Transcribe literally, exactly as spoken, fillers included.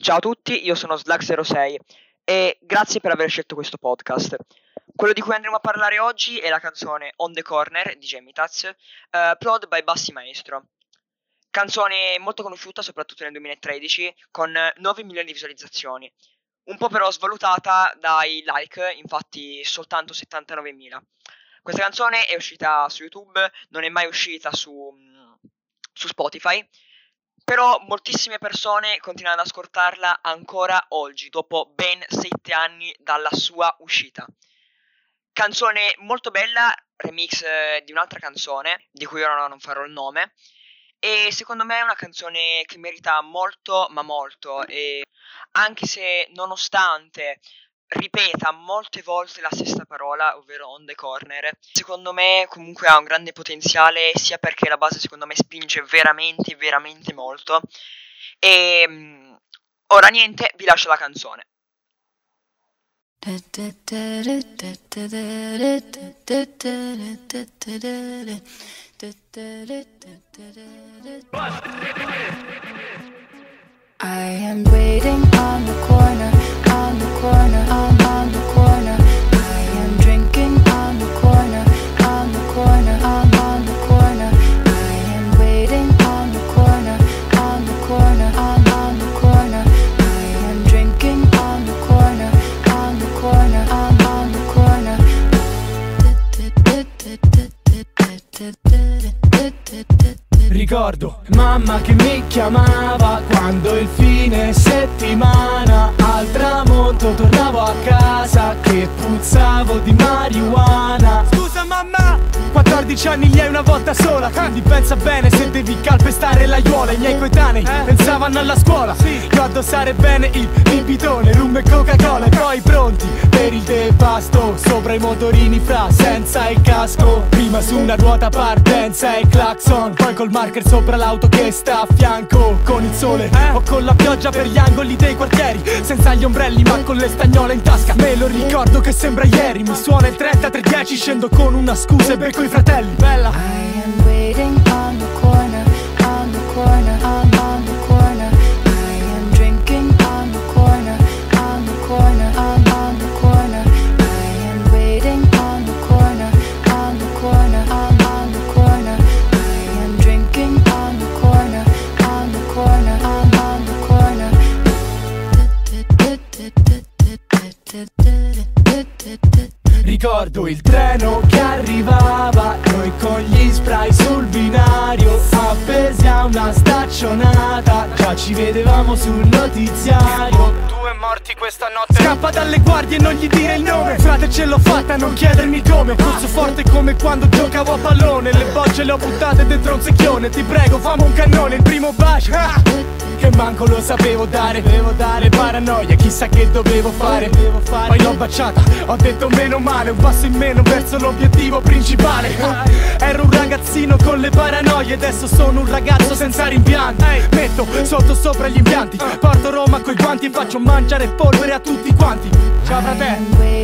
Ciao a tutti, io sono Slack zero sei e grazie per aver scelto questo podcast. Quello di cui andremo a parlare oggi è la canzone On The Corner di Jamie Taz, uh, Plod by Bassi Maestro. Canzone molto conosciuta soprattutto nel duemilatredici con nove milioni di visualizzazioni. Un po' però svalutata dai like, infatti soltanto settantanovemila. Questa canzone è uscita su YouTube, non è mai uscita su, su Spotify, però moltissime persone continuano ad ascoltarla ancora oggi, dopo ben sette anni dalla sua uscita. Canzone molto bella, remix eh, di un'altra canzone, di cui ora non farò il nome, e secondo me è una canzone che merita molto, ma molto, e anche se nonostante ripeta molte volte la stessa parola, ovvero On The Corner, secondo me comunque ha un grande potenziale, sia perché la base secondo me spinge veramente, veramente molto. E um, ora niente, vi lascio la canzone. I am waiting on the corner, on the corner, on, on the corner. I am drinking on the corner, on the corner, on, on the corner. I am waiting on the corner, on the corner, on, on the corner. I am drinking on the corner, on the corner, on, on the corner. Ricordo mamma che mi chiamava quando il fine settimana al tramonto tornavo a casa che puzzavo di marijuana. Scusa mamma, quattordici anni li hai una volta sola, quindi pensa bene se devi calpestare l'aiuola. I miei coetanei eh? pensavano alla scuola, sì. Io addossare bene il bibitone, rum e Coca-Cola e poi pronti per il devasto. Sopra i motorini fra senza il casco, prima su una ruota partenza e clacson, poi col marker sopra l'auto che sta a fianco. Con il sole eh? o con la pioggia per gli angoli dei quartieri, senza gli ombrelli ma con le stagnole in tasca. Me lo ricordo che sembra ieri, mi suona il trentatré dieci, scendo con una scusa e becco i fratelli. Bella. I am waiting on the corner, on the corner, on, on the corner. I am drinking on the corner, on the corner, on, on the corner. I am waiting on the corner, on the corner, on, on the corner. I am drinking on the corner, on the corner, on, on the corner. Ricordo il treno che arrivava, noi con gli spray sul binario, appesi a una staccionata, già ci vedevamo sul notiziario. Due morti questa notte. Scappa dalle guardie e non gli dire il nome. Frate, ce l'ho fatta, non chiedermi come. Corso forte come quando giocavo a pallone, le bocce le ho buttate dentro un secchione. Ti prego, fammi un cannone, il primo bacio ah! che manco lo sapevo dare. Devo dare paranoia, chissà che dovevo fare. Devo fare. Poi l'ho baciata, ho detto meno male, un passo in meno verso l'obiettivo principale. Ero un ragazzino con le paranoie, adesso sono un ragazzo senza rimpianti. Metto sotto sopra gli impianti, porto Roma coi guanti e faccio mangiare polvere a tutti quanti. Ciao fratello.